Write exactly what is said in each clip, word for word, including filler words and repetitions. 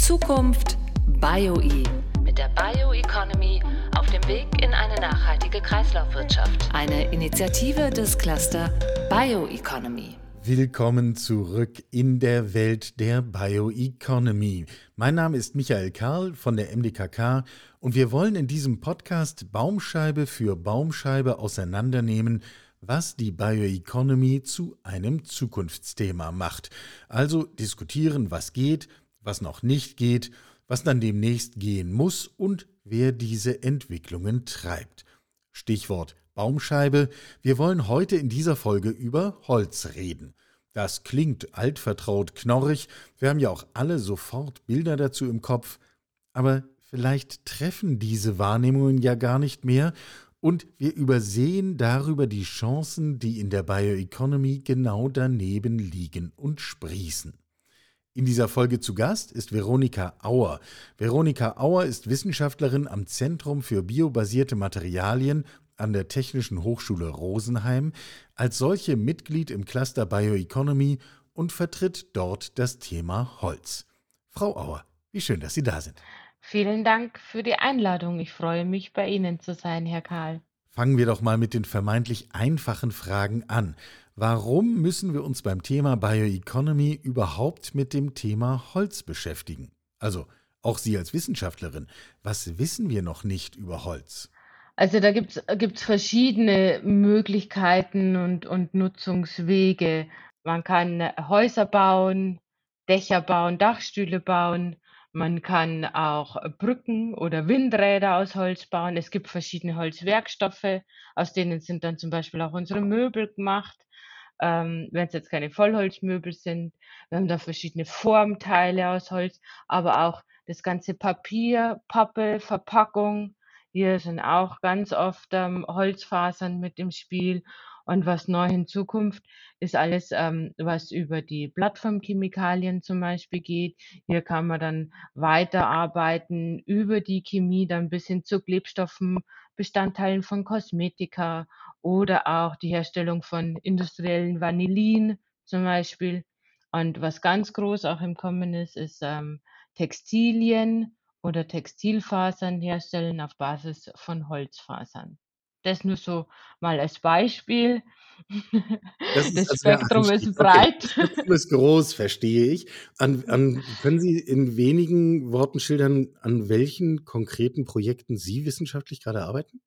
Zukunft BioE mit der Bioeconomy auf dem Weg in eine nachhaltige Kreislaufwirtschaft. Eine Initiative des Cluster Bioeconomy. Willkommen zurück in der Welt der Bioeconomy. Mein Name ist Michael Karl von der M D K K und wir wollen in diesem Podcast Baumscheibe für Baumscheibe auseinandernehmen, was die Bioeconomy zu einem Zukunftsthema macht. Also diskutieren, was geht, was noch nicht geht, was dann demnächst gehen muss und wer diese Entwicklungen treibt. Stichwort Baumscheibe. Wir wollen heute in dieser Folge über Holz reden. Das klingt altvertraut knorrig, wir haben ja auch alle sofort Bilder dazu im Kopf, aber vielleicht treffen diese Wahrnehmungen ja gar nicht mehr und wir übersehen darüber die Chancen, die in der Bioeconomy genau daneben liegen und sprießen. In dieser Folge zu Gast ist Veronika Auer. Veronika Auer ist Wissenschaftlerin am Zentrum für biobasierte Materialien an der Technischen Hochschule Rosenheim, als solche Mitglied im Cluster Bioeconomy und vertritt dort das Thema Holz. Frau Auer, wie schön, dass Sie da sind. Vielen Dank für die Einladung. Ich freue mich, bei Ihnen zu sein, Herr Karl. Fangen wir doch mal mit den vermeintlich einfachen Fragen an. Warum müssen wir uns beim Thema Bioeconomy überhaupt mit dem Thema Holz beschäftigen? Also auch Sie als Wissenschaftlerin, was wissen wir noch nicht über Holz? Also da gibt es verschiedene Möglichkeiten und, und Nutzungswege. Man kann äh, Häuser bauen, Dächer bauen, Dachstühle bauen. Man kann auch äh, Brücken oder Windräder aus Holz bauen. Es gibt verschiedene Holzwerkstoffe, aus denen sind dann zum Beispiel auch unsere Möbel gemacht, ähm, wenn es jetzt keine Vollholzmöbel sind. Wir haben da verschiedene Formteile aus Holz, aber auch das ganze Papier, Pappe, Verpackung. Hier sind auch ganz oft ähm, Holzfasern mit im Spiel. Und was neu in Zukunft ist alles, ähm, was über die Plattformchemikalien zum Beispiel geht. Hier kann man dann weiterarbeiten über die Chemie, dann bis hin zu Klebstoffen, Bestandteilen von Kosmetika oder auch die Herstellung von industriellen Vanillin zum Beispiel. Und was ganz groß auch im Kommen ist, ist ähm, Textilien oder Textilfasern herstellen auf Basis von Holzfasern. Das nur so mal als Beispiel. Das ist Das also der Spektrum Einstieg. ist Okay, breit. das Spektrum ist groß, verstehe ich. An, an, können Sie in wenigen Worten schildern, an welchen konkreten Projekten Sie wissenschaftlich gerade arbeiten?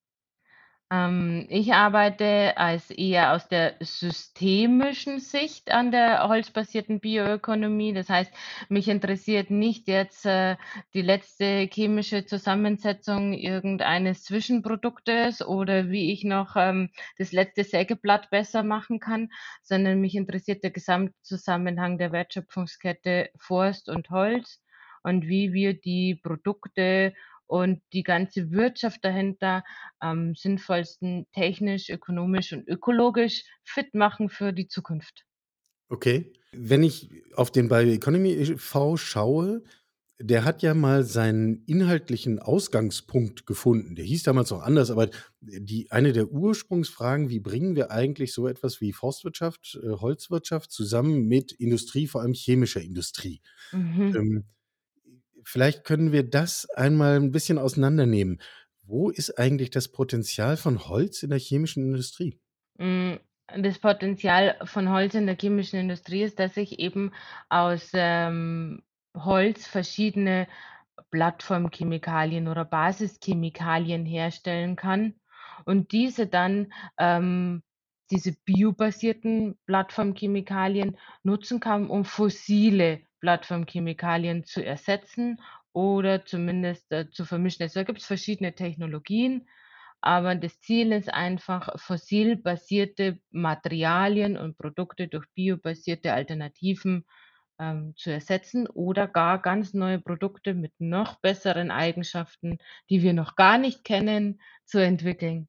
Ähm, ich arbeite als eher aus der systemischen Sicht an der holzbasierten Bioökonomie. Das heißt, mich interessiert nicht jetzt äh, die letzte chemische Zusammensetzung irgendeines Zwischenproduktes oder wie ich noch ähm, das letzte Sägeblatt besser machen kann, sondern mich interessiert der Gesamtzusammenhang der Wertschöpfungskette Forst und Holz und wie wir die Produkte und die ganze Wirtschaft dahinter am sinnvollsten technisch, ökonomisch und ökologisch fit machen für die Zukunft. Okay. Wenn ich auf den Bioeconomy e V schaue, der hat ja mal seinen inhaltlichen Ausgangspunkt gefunden. Der hieß damals auch anders, aber die eine der Ursprungsfragen: Wie bringen wir eigentlich so etwas wie Forstwirtschaft, äh, Holzwirtschaft zusammen mit Industrie, vor allem chemischer Industrie? Mhm. Ähm, Vielleicht können wir das einmal ein bisschen auseinandernehmen. Wo ist eigentlich das Potenzial von Holz in der chemischen Industrie? Hm, das Potenzial von Holz in der chemischen Industrie ist, dass ich eben aus, ähm, Holz verschiedene Plattformchemikalien oder Basischemikalien herstellen kann und diese dann, ähm diese biobasierten Plattformchemikalien nutzen kann, um fossile Plattformchemikalien zu ersetzen oder zumindest, äh, zu vermischen. Also, da gibt's verschiedene Technologien, aber das Ziel ist einfach, fossilbasierte Materialien und Produkte durch biobasierte Alternativen, ähm, zu ersetzen oder gar ganz neue Produkte mit noch besseren Eigenschaften, die wir noch gar nicht kennen, zu entwickeln.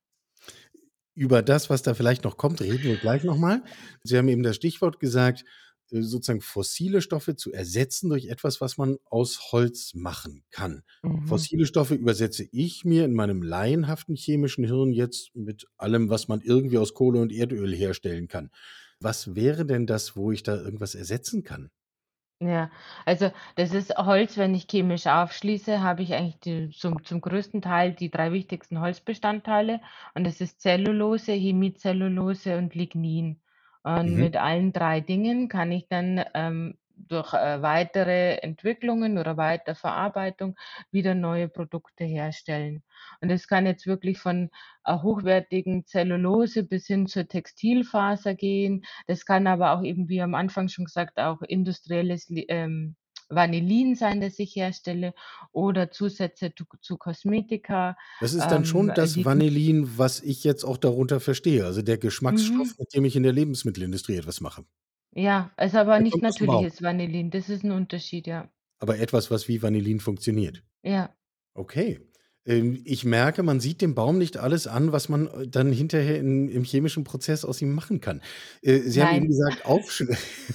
Über das, was da vielleicht noch kommt, reden wir gleich noch mal. Sie haben eben das Stichwort gesagt, äh, sozusagen fossile Stoffe zu ersetzen durch etwas, was man aus Holz machen kann. Mhm. Fossile Stoffe übersetze ich mir in meinem laienhaften chemischen Hirn jetzt mit allem, was man irgendwie aus Kohle und Erdöl herstellen kann. Was wäre denn das, wo ich da irgendwas ersetzen kann? Ja, also das ist Holz, wenn ich chemisch aufschließe, habe ich eigentlich die zum zum größten Teil die drei wichtigsten Holzbestandteile und das ist Zellulose, Hemicellulose und Lignin. Und Mhm. mit allen drei Dingen kann ich dann, ähm, durch, äh, weitere Entwicklungen oder Weiterverarbeitung wieder neue Produkte herstellen. Und das kann jetzt wirklich von, äh, hochwertigen Zellulose bis hin zur Textilfaser gehen. Das kann aber auch eben, wie am Anfang schon gesagt, auch industrielles Li ähm, Vanillin sein, das ich herstelle oder Zusätze zu zu Kosmetika, Das ist dann ähm, schon das Lignin. Vanillin, was ich jetzt auch darunter verstehe, also der Mhm. Geschmacksstoff, mit dem ich in der Lebensmittelindustrie etwas mache. Ja, ist aber Der nicht kommt aus dem Baum, natürliches Vanillin. Das ist 'n Unterschied, ja. aber etwas, was wie Vanillin funktioniert. Ja, Okay. Ähm, ich merke, man sieht dem Baum nicht alles an, was man, äh, dann hinterher in im chemischen Prozess aus ihm machen kann. Äh, Sie haben eben nein. gesagt, aufschl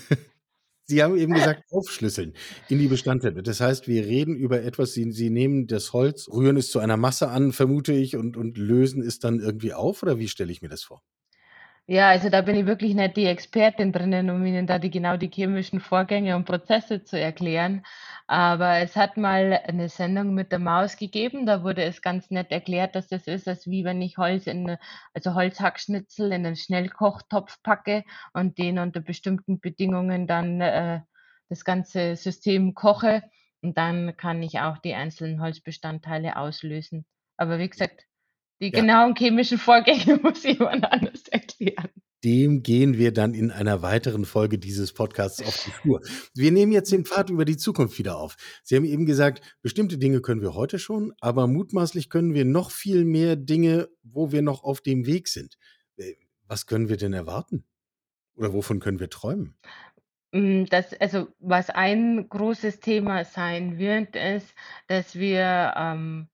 Sie haben eben gesagt, aufschlüsseln in die Bestandteile. Das heißt, wir reden über etwas, Sie Sie nehmen das Holz, rühren es zu einer Masse an, vermute ich, und und lösen es dann irgendwie auf, oder wie stelle ich mir das vor? Ja, also da bin ich wirklich nicht die Expertin drinnen, um Ihnen da die genau die chemischen Vorgänge und Prozesse zu erklären. Aber es hat mal eine Sendung mit der Maus gegeben, da wurde es ganz nett erklärt, dass das ist, als wie wenn ich Holz in 'ne also Holzhackschnitzel in 'nen Schnellkochtopf packe und den unter bestimmten Bedingungen dann, äh, das ganze System koche und dann kann ich auch die einzelnen Holzbestandteile auslösen. Aber wie gesagt, die Ja. genauen chemischen Vorgänge muss jemand anders erklären. Dem gehen wir dann in einer weiteren Folge dieses Podcasts auf die Spur. Wir nehmen jetzt den Pfad über die Zukunft wieder auf. Sie haben eben gesagt, bestimmte Dinge können wir heute schon, aber mutmaßlich können wir noch viel mehr Dinge, wo wir noch auf dem Weg sind. Äh, was können wir denn erwarten? Oder wovon können wir träumen? Hm, das also, was ein großes Thema sein wird, ist, dass wir, ähm,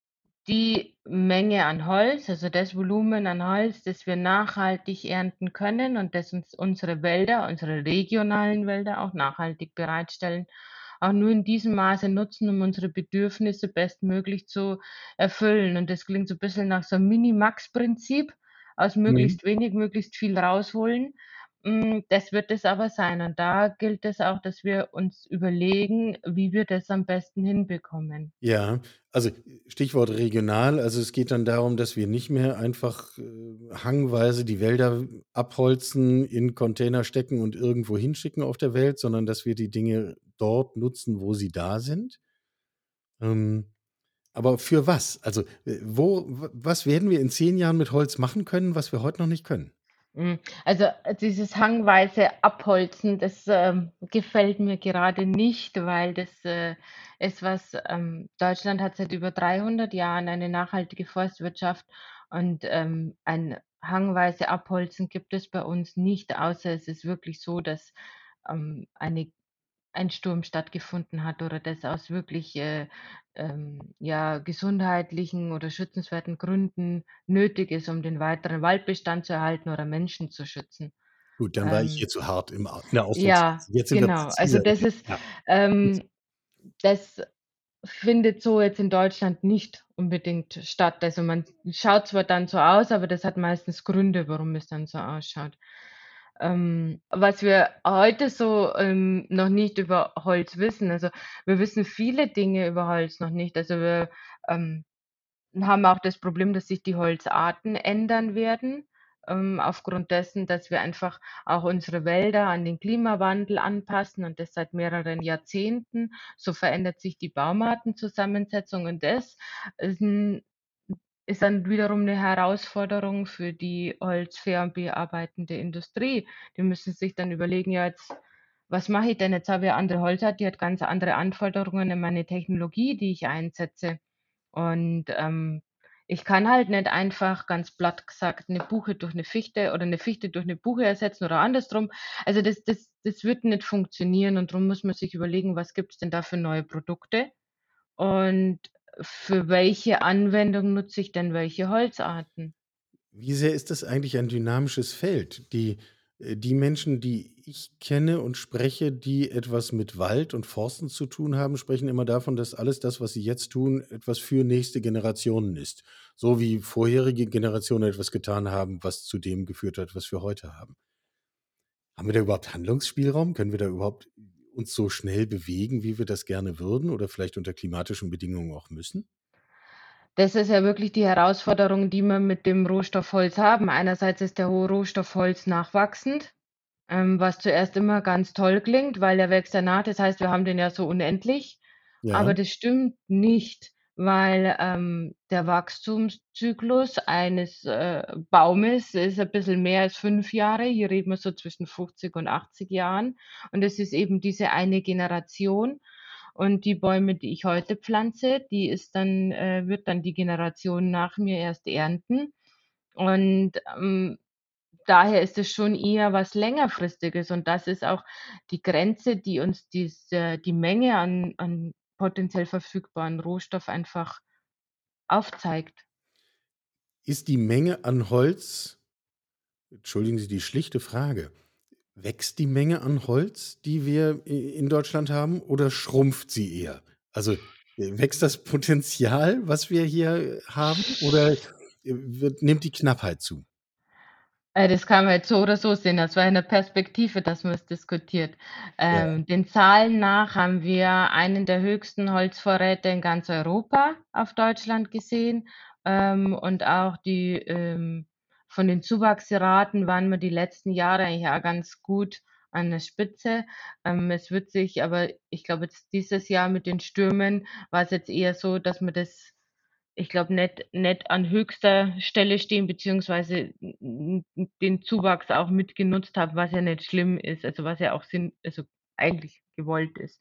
die Menge an Holz, also das Volumen an Holz, das wir nachhaltig ernten können und das uns unsere Wälder, unsere regionalen Wälder auch nachhaltig bereitstellen, auch nur in diesem Maße nutzen, um unsere Bedürfnisse bestmöglich zu erfüllen. Und das klingt so 'n bisschen nach so 'm Mini-Max-Prinzip, aus Mhm. möglichst wenig möglichst viel rausholen. Hm, das wird es aber sein. Und da gilt es auch, dass wir uns überlegen, wie wir das am besten hinbekommen. Ja, also Stichwort regional. Also es geht dann darum, dass wir nicht mehr einfach, äh, hangweise die Wälder abholzen, in Container stecken und irgendwo hinschicken auf der Welt, sondern dass wir die Dinge dort nutzen, wo sie da sind. Ähm, aber für was? Also, äh, wo w was werden wir in zehn Jahren mit Holz machen können, was wir heute noch nicht können? Hm, also, äh, dieses hangweise Abholzen, das, ähm, gefällt mir gerade nicht, weil das, äh, ist was ähm, Deutschland hat seit über dreihundert Jahren eine nachhaltige Forstwirtschaft und, ähm, ein hangweise Abholzen gibt es bei uns nicht, außer es ist wirklich so, dass, ähm, eine ein Sturm stattgefunden hat oder das aus wirklich, äh, ähm, ja, gesundheitlichen oder schützenswerten Gründen nötig ist, um den weiteren Waldbestand zu erhalten oder Menschen zu schützen. Gut, dann war ich Ähm, hier zu hart im Au in der ja, Ausdrucksweise. Jetzt sind wir genau. Also, präziser. das ist Ja, gut. ähm, das findet so jetzt in Deutschland nicht unbedingt statt. Also, man schaut zwar dann so aus, aber das hat meistens Gründe, warum es dann so ausschaut. Ähm, was wir heute so, ähm, noch nicht über Holz wissen, also, wir wissen viele Dinge über Holz noch nicht. Also, wir, ähm haben auch das Problem, dass sich die Holzarten ändern werden, ähm, aufgrund dessen, dass wir einfach auch unsere Wälder an den Klimawandel anpassen und das seit mehreren Jahrzehnten. So verändert sich die Baumartenzusammensetzung und das ist 'n ist dann wiederum eine Herausforderung für die holzfair und bearbeitende Industrie. Die müssen sich dann überlegen: „Ja, jetzt was mache ich denn? Jetzt habe ich eine andere Holzart, die hat ganz andere Anforderungen an meine Technologie, die ich einsetze.“ Und, ähm, ich kann halt nicht einfach ganz platt gesagt eine Buche durch eine Fichte oder eine Fichte durch eine Buche ersetzen oder andersrum. Also, das das das wird nicht funktionieren und darum muss man sich überlegen, was gibt's denn da für neue Produkte und für welche Anwendung nutze ich denn welche Holzarten? Wie sehr ist das eigentlich ein dynamisches Feld? Die äh, die Menschen, die ich kenne und spreche, die etwas mit Wald und Forsten zu tun haben, sprechen immer davon, dass alles das, was sie jetzt tun, etwas für nächste Generationen ist. So wie vorherige Generationen etwas getan haben, was zu dem geführt hat, was wir heute haben. Haben wir da überhaupt Handlungsspielraum? Können wir da überhaupt uns so schnell bewegen, wie wir das gerne würden oder vielleicht unter klimatischen Bedingungen auch müssen? Das ist ja wirklich die Herausforderung, die wir mit dem Rohstoff Holz haben. Einerseits ist der Ho Rohstoff Holz nachwachsend, ähm, was zuerst immer ganz toll klingt, weil er wächst ja nach. Das heißt, wir haben den ja so unendlich. Aber Ja, das stimmt nicht, weil, ähm, der Wachstumszyklus eines, äh, Baumes ist ein bisschen mehr als fünf Jahre. Hier reden wir so zwischen fünfzig und achtzig Jahren. Und es ist eben diese eine Generation. Und die Bäume, die ich heute pflanze, die ist dann äh, wird dann die Generation nach mir erst ernten. Und, ähm, daher ist es schon eher was Längerfristiges und das ist auch die Grenze, die uns diese die Menge an an potenziell verfügbaren Rohstoff einfach aufzeigt. ist die Menge an Holz, entschuldigen Sie die schlichte Frage, wächst die Menge an Holz, die wir i in Deutschland haben, oder schrumpft sie eher? Also, äh, wächst das Potenzial, was wir hier haben, oder, äh, wird nimmt die Knappheit zu? Äh, das kann man jetzt so oder so sehen, das war in der Perspektive, dass man es diskutiert. Ja. Ähm, den Zahlen nach haben wir einen der höchsten Holzvorräte in ganz Europa auf Deutschland gesehen, ähm, und auch die, ähm von den Zuwachsraten waren wir die letzten Jahre eigentlich auch ganz gut an der Spitze. Ähm, es wird sich aber ich glaube jetzt dieses Jahr mit den Stürmen war es jetzt eher so, dass man das ich glaube, nicht nicht an höchster Stelle stehen, beziehungsweise n n den Zuwachs auch mitgenutzt habe, was ja nicht schlimm ist, also, was ja auch Sinn also, eigentlich gewollt ist.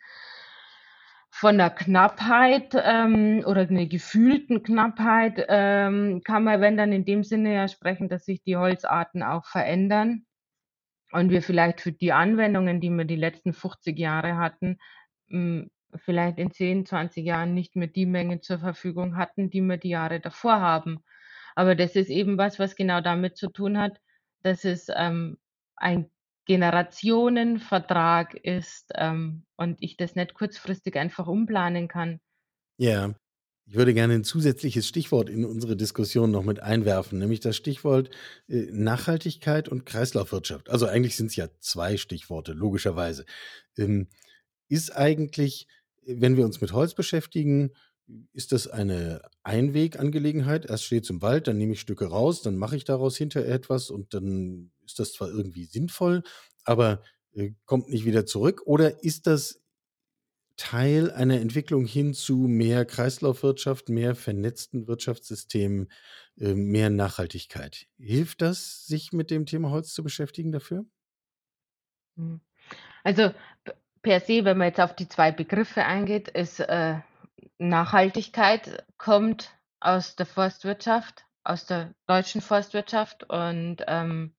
Von der Knappheit, ähm, oder 'ne gefühlten Knappheit, ähm, kann man, wenn dann in dem Sinne ja sprechen, dass sich die Holzarten auch verändern und wir vielleicht für die Anwendungen, die wir die letzten fünfzig Jahre hatten, hm, vielleicht in zehn, zwanzig Jahren nicht mehr die Menge zur Verfügung hatten, die wir die Jahre davor haben. Aber das ist eben was, was genau damit zu tun hat, dass es, ähm, ein Generationenvertrag ist, ähm, und ich das nicht kurzfristig einfach umplanen kann. Ja. Ich würde gerne ein zusätzliches Stichwort in unsere Diskussion noch mit einwerfen, nämlich das Stichwort, äh, Nachhaltigkeit und Kreislaufwirtschaft. Also, eigentlich sind es ja zwei Stichworte, logischerweise. Ähm, ist eigentlich, äh, wenn wir uns mit Holz beschäftigen, ist das eine Einwegangelegenheit? Erst steht's im Wald, dann nehme ich Stücke raus, dann mache ich daraus hinterher etwas und dann ist das zwar irgendwie sinnvoll, aber, äh, kommt nicht wieder zurück. Oder ist das Teil einer Entwicklung hin zu mehr Kreislaufwirtschaft, mehr vernetzten Wirtschaftssystemen, äh, mehr Nachhaltigkeit? Hilft das, sich mit dem Thema Holz zu beschäftigen dafür? Mhm. Also, p per se, wenn man jetzt auf die zwei Begriffe eingeht, ist, äh, Nachhaltigkeit kommt aus der Forstwirtschaft, aus der deutschen Forstwirtschaft und, ähm,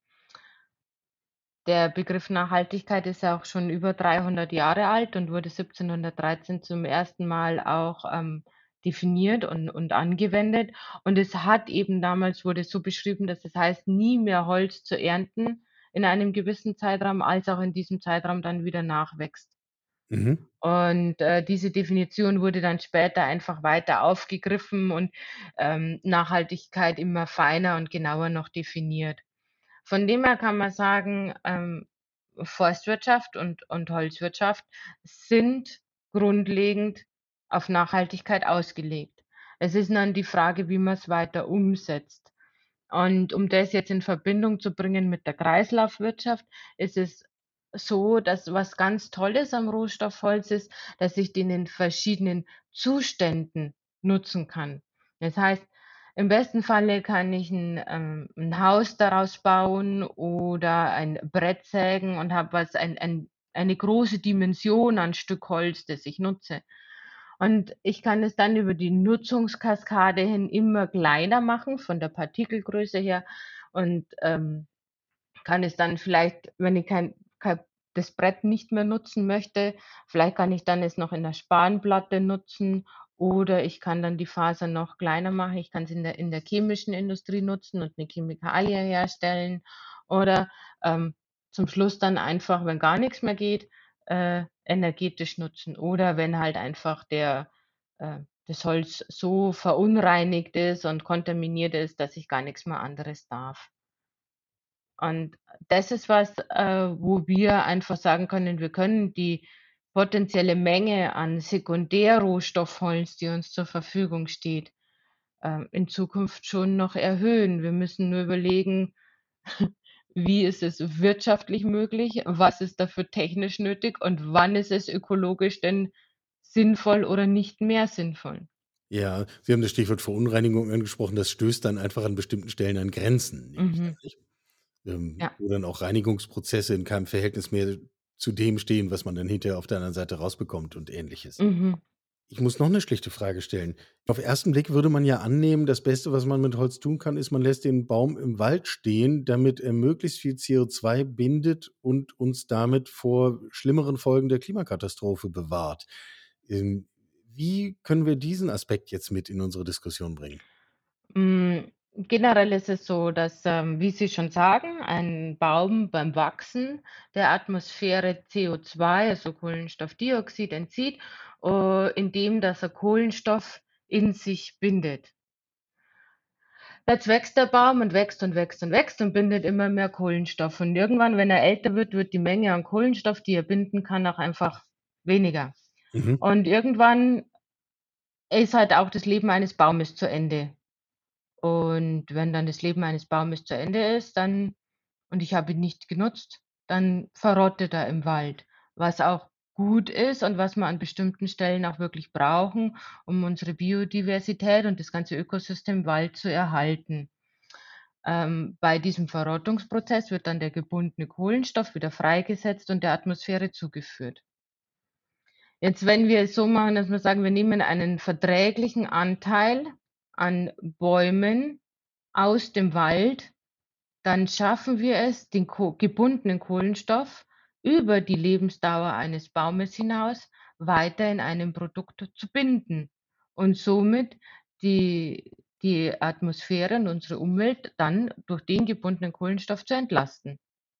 der Begriff Nachhaltigkeit ist ja auch schon über dreihundert Jahre alt und wurde siebzehnhundertdreizehn zum ersten Mal auch, ähm, definiert und und angewendet. Und es hat eben damals wurde es so beschrieben, dass es heißt, nie mehr Holz zu ernten in einem gewissen Zeitraum, als auch in diesem Zeitraum dann wieder nachwächst. Mhm. Und, äh, diese Definition wurde dann später einfach weiter aufgegriffen und, ähm, Nachhaltigkeit immer feiner und genauer noch definiert. Von dem her kann man sagen, ähm, Forstwirtschaft und und Holzwirtschaft sind grundlegend auf Nachhaltigkeit ausgelegt. Es ist dann die Frage, wie man es weiter umsetzt. Und um das jetzt in Verbindung zu bringen mit der Kreislaufwirtschaft, ist es so, dass was ganz Tolles am Rohstoff Holz ist, dass ich den in verschiedenen Zuständen nutzen kann. Das heißt, im besten Falle kann ich 'n, ähm 'n Haus daraus bauen oder ein Brett sägen und habe was ein ein eine große Dimension an Stück Holz, das ich nutze. Und ich kann es dann über die Nutzungskaskade hin immer kleiner machen von der Partikelgröße her und, ähm, kann es dann vielleicht, wenn ich kein kei das Brett nicht mehr nutzen möchte, vielleicht kann ich dann es noch in der Spanplatte nutzen oder ich kann dann die Faser noch kleiner machen. Ich kann es in der in der chemischen Industrie nutzen und 'ne Chemikalie herstellen oder, ähm, zum Schluss dann einfach, wenn gar nix mehr geht, äh, energetisch nutzen oder wenn halt einfach der äh, das Holz so verunreinigt ist und kontaminiert ist, dass ich gar nix mehr anderes darf. Und das ist was, äh, wo wir einfach sagen können, wir können die potenzielle Menge an Sekundärrohstoffholz, die uns zur Verfügung steht, ähm, in Zukunft schon noch erhöhen. Wir müssen nur überlegen, wie ist es wirtschaftlich möglich, was ist dafür technisch nötig und wann ist es ökologisch denn sinnvoll oder nicht mehr sinnvoll. Ja, Sie haben das Stichwort Verunreinigung angesprochen. Das stößt dann einfach an bestimmten Stellen an Grenzen, nehme ich an, Mhm. nicht? Ähm, Ja. wo dann auch Reinigungsprozesse in keinem Verhältnis mehr zu dem stehen, was man dann hinterher auf der anderen Seite rausbekommt und Ähnliches. Mhm. Ich muss noch 'ne schlichte Frage stellen. Auf ersten Blick würde man ja annehmen, das Beste, was man mit Holz tun kann, ist, man lässt den Baum im Wald stehen, damit er möglichst viel C O zwei bindet und uns damit vor schlimmeren Folgen der Klimakatastrophe bewahrt. Ähm, wie können wir diesen Aspekt jetzt mit in unsere Diskussion bringen? Hm, generell ist es so, dass, ähm, wie Sie schon sagen, ein Baum beim Wachsen der Atmosphäre C O zwei, also Kohlenstoffdioxid, entzieht, äh, indem dass er Kohlenstoff in sich bindet. Jetzt wächst der Baum und wächst und wächst und wächst und bindet immer mehr Kohlenstoff. Und irgendwann, wenn er älter wird, wird die Menge an Kohlenstoff, die er binden kann, auch einfach weniger. Mhm. Und irgendwann ist halt auch das Leben eines Baumes zu Ende. Und wenn dann das Leben eines Baumes zu Ende ist, dann und ich habe ihn nicht genutzt, dann verrottet er im Wald, was auch gut ist und was wir an bestimmten Stellen auch wirklich brauchen, um unsere Biodiversität und das ganze Ökosystem Wald zu erhalten. Ähm, bei diesem Verrottungsprozess wird dann der gebundene Kohlenstoff wieder freigesetzt und der Atmosphäre zugeführt. Jetzt, wenn wir es so machen, dass wir sagen, wir nehmen einen verträglichen Anteil an Bäumen aus dem Wald, dann schaffen wir es, den ko gebundenen Kohlenstoff über die Lebensdauer eines Baumes hinaus weiter in einem Produkt zu binden und somit die die Atmosphäre und unsere Umwelt dann durch den gebundenen Kohlenstoff zu entlasten.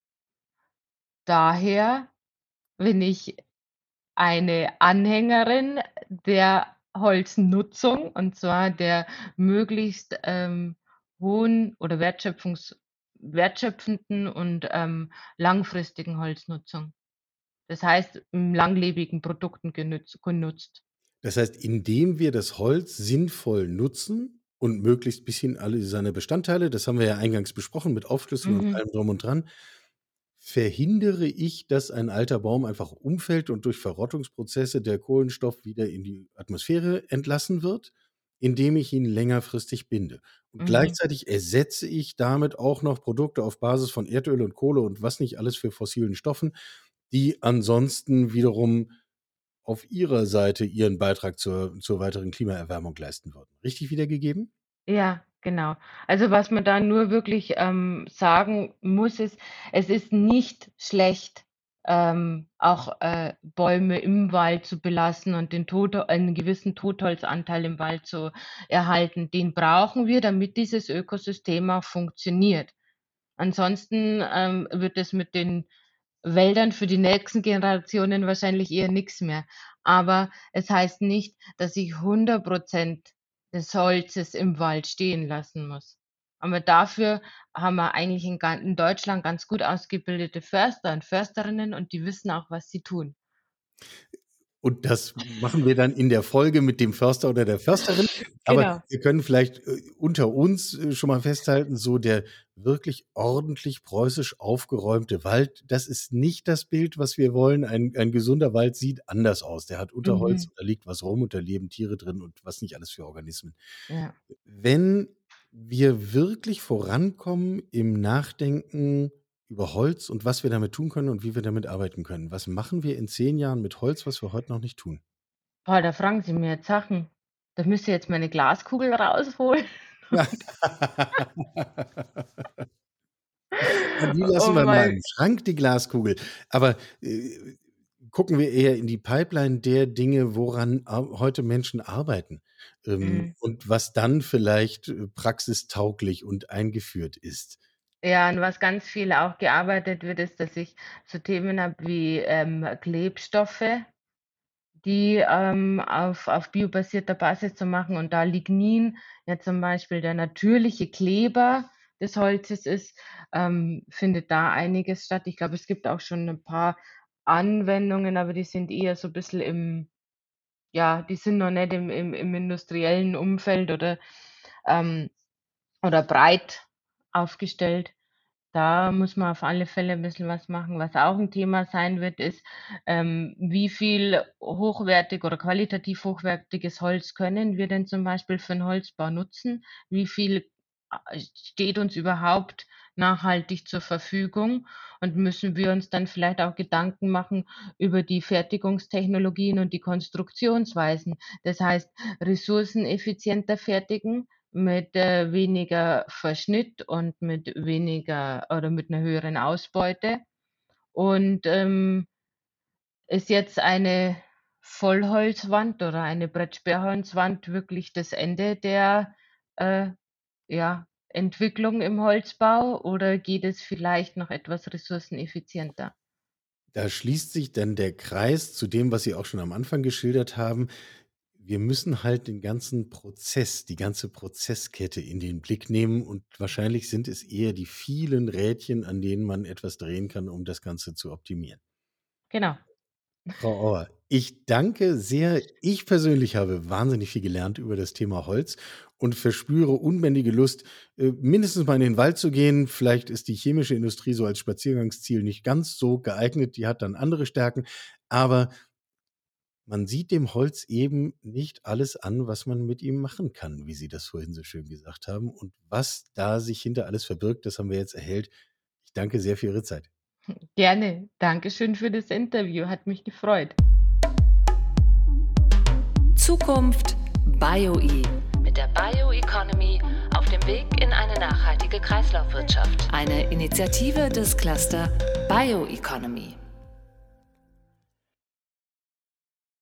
Daher bin ich eine Anhängerin der Holznutzung, und zwar der möglichst, ähm, hohen oder wertschöpfungs wertschöpfenden und, ähm, langfristigen Holznutzung. Das heißt, hm, langlebigen Produkten genützt genutzt. Das heißt, indem wir das Holz sinnvoll nutzen und möglichst bis hin alle seine Bestandteile, das haben wir ja eingangs besprochen mit Aufschlüssen und Mhm. allem drum und dran, verhindere ich, dass ein alter Baum einfach umfällt und durch Verrottungsprozesse der Kohlenstoff wieder in die Atmosphäre entlassen wird, indem ich ihn längerfristig binde. Und Mhm. gleichzeitig ersetze ich damit auch noch Produkte auf Basis von Erdöl und Kohle und was nicht alles für fossilen Stoffen, die ansonsten wiederum auf ihrer Seite ihren Beitrag zur zur weiteren Klimaerwärmung leisten würden. Richtig wiedergegeben? Ja, genau. Also, was man da nur wirklich, ähm, sagen muss, ist, es ist nicht schlecht, ähm, auch, äh, Bäume im Wald zu belassen und den Tot einen gewissen Totholzanteil im Wald zu erhalten. Den brauchen wir, damit dieses Ökosystem auch funktioniert. Ansonsten, ähm, wird es mit den Wäldern für die nächsten Generationen wahrscheinlich eher nix mehr. Aber es heißt nicht, dass ich hundert Prozent des Holzes im Wald stehen lassen muss. Aber dafür haben wir eigentlich in gan in Deutschland ganz gut ausgebildete Förster und Försterinnen und die wissen auch, was sie tun. Und das machen wir dann in der Folge mit dem Förster oder der Försterin. Aber Genau. wir können vielleicht, äh, unter uns, äh, schon mal festhalten, so der wirklich ordentlich preußisch aufgeräumte Wald, das ist nicht das Bild, was wir wollen. Ein ein gesunder Wald sieht anders aus. Der hat Unterholz Mhm. und da liegt was rum und da leben Tiere drin und was nicht alles für Organismen. Ja. Wenn wir wirklich vorankommen im Nachdenken über Holz und was wir damit tun können und wie wir damit arbeiten können, was machen wir in zehn Jahren mit Holz, was wir heute noch nicht tun? Boah, da fragen Sie mir jetzt Sachen. Da müsste ich jetzt meine Glaskugel rausholen Ja. und Ja, die lassen um wir mal mal im Schrank, die Glaskugel. Aber, äh, gucken wir eher in die Pipeline der Dinge, woran au heute Menschen arbeiten, ähm, mhm. und was dann vielleicht, äh, praxistauglich und eingeführt ist. Ja, und was ganz viel auch gearbeitet wird, ist, dass ich so Themen habe wie, ähm, Klebstoffe, die, ähm, auf auf biobasierter Basis zu machen und da Lignin ja zum Beispiel der natürliche Kleber des Holzes ist, ähm, findet da einiges statt. Ich glaube, es gibt auch schon 'n paar Anwendungen, aber die sind eher so 'n bisschen im ja, die sind noch nicht im im im industriellen Umfeld oder, ähm oder breit aufgestellt. Da muss man auf alle Fälle 'n bisschen was machen. Was auch 'n Thema sein wird, ist, ähm, wie viel hochwertig oder qualitativ hochwertiges Holz können wir denn zum Beispiel für 'n Holzbau nutzen? Wie viel a steht uns überhaupt nachhaltig zur Verfügung? Und müssen wir uns dann vielleicht auch Gedanken machen über die Fertigungstechnologien und die Konstruktionsweisen? Das heißt, ressourceneffizienter fertigen mit, äh, weniger Verschnitt und mit weniger oder mit 'ner höheren Ausbeute. Und, ähm, ist jetzt eine Vollholzwand oder eine Brettsperrholzwand wirklich das Ende der, äh, ja, Entwicklung im Holzbau oder geht es vielleicht noch etwas ressourceneffizienter? Da schließt sich dann der Kreis zu dem, was Sie auch schon am Anfang geschildert haben. Wir müssen halt den ganzen Prozess, die ganze Prozesskette in den Blick nehmen und wahrscheinlich sind es eher die vielen Rädchen, an denen man etwas drehen kann, um das Ganze zu optimieren. Genau. Frau Auer, ich danke sehr. Ich persönlich habe wahnsinnig viel gelernt über das Thema Holz und verspüre unbändige Lust, äh, mindestens mal in den Wald zu gehen. Vielleicht ist die chemische Industrie so als Spaziergangsziel nicht ganz so geeignet, die hat dann andere Stärken, aber man sieht dem Holz eben nicht alles an, was man mit ihm machen kann, wie Sie das vorhin so schön gesagt haben. Und was da sich hinter alles verbirgt, das haben wir jetzt erhellt. Ich danke sehr für Ihre Zeit. Gerne. Dankeschön für das Interview, hat mich gefreut. Zukunft BioE mit der Bioeconomy auf dem Weg in eine nachhaltige Kreislaufwirtschaft. Eine Initiative des Cluster Bioeconomy.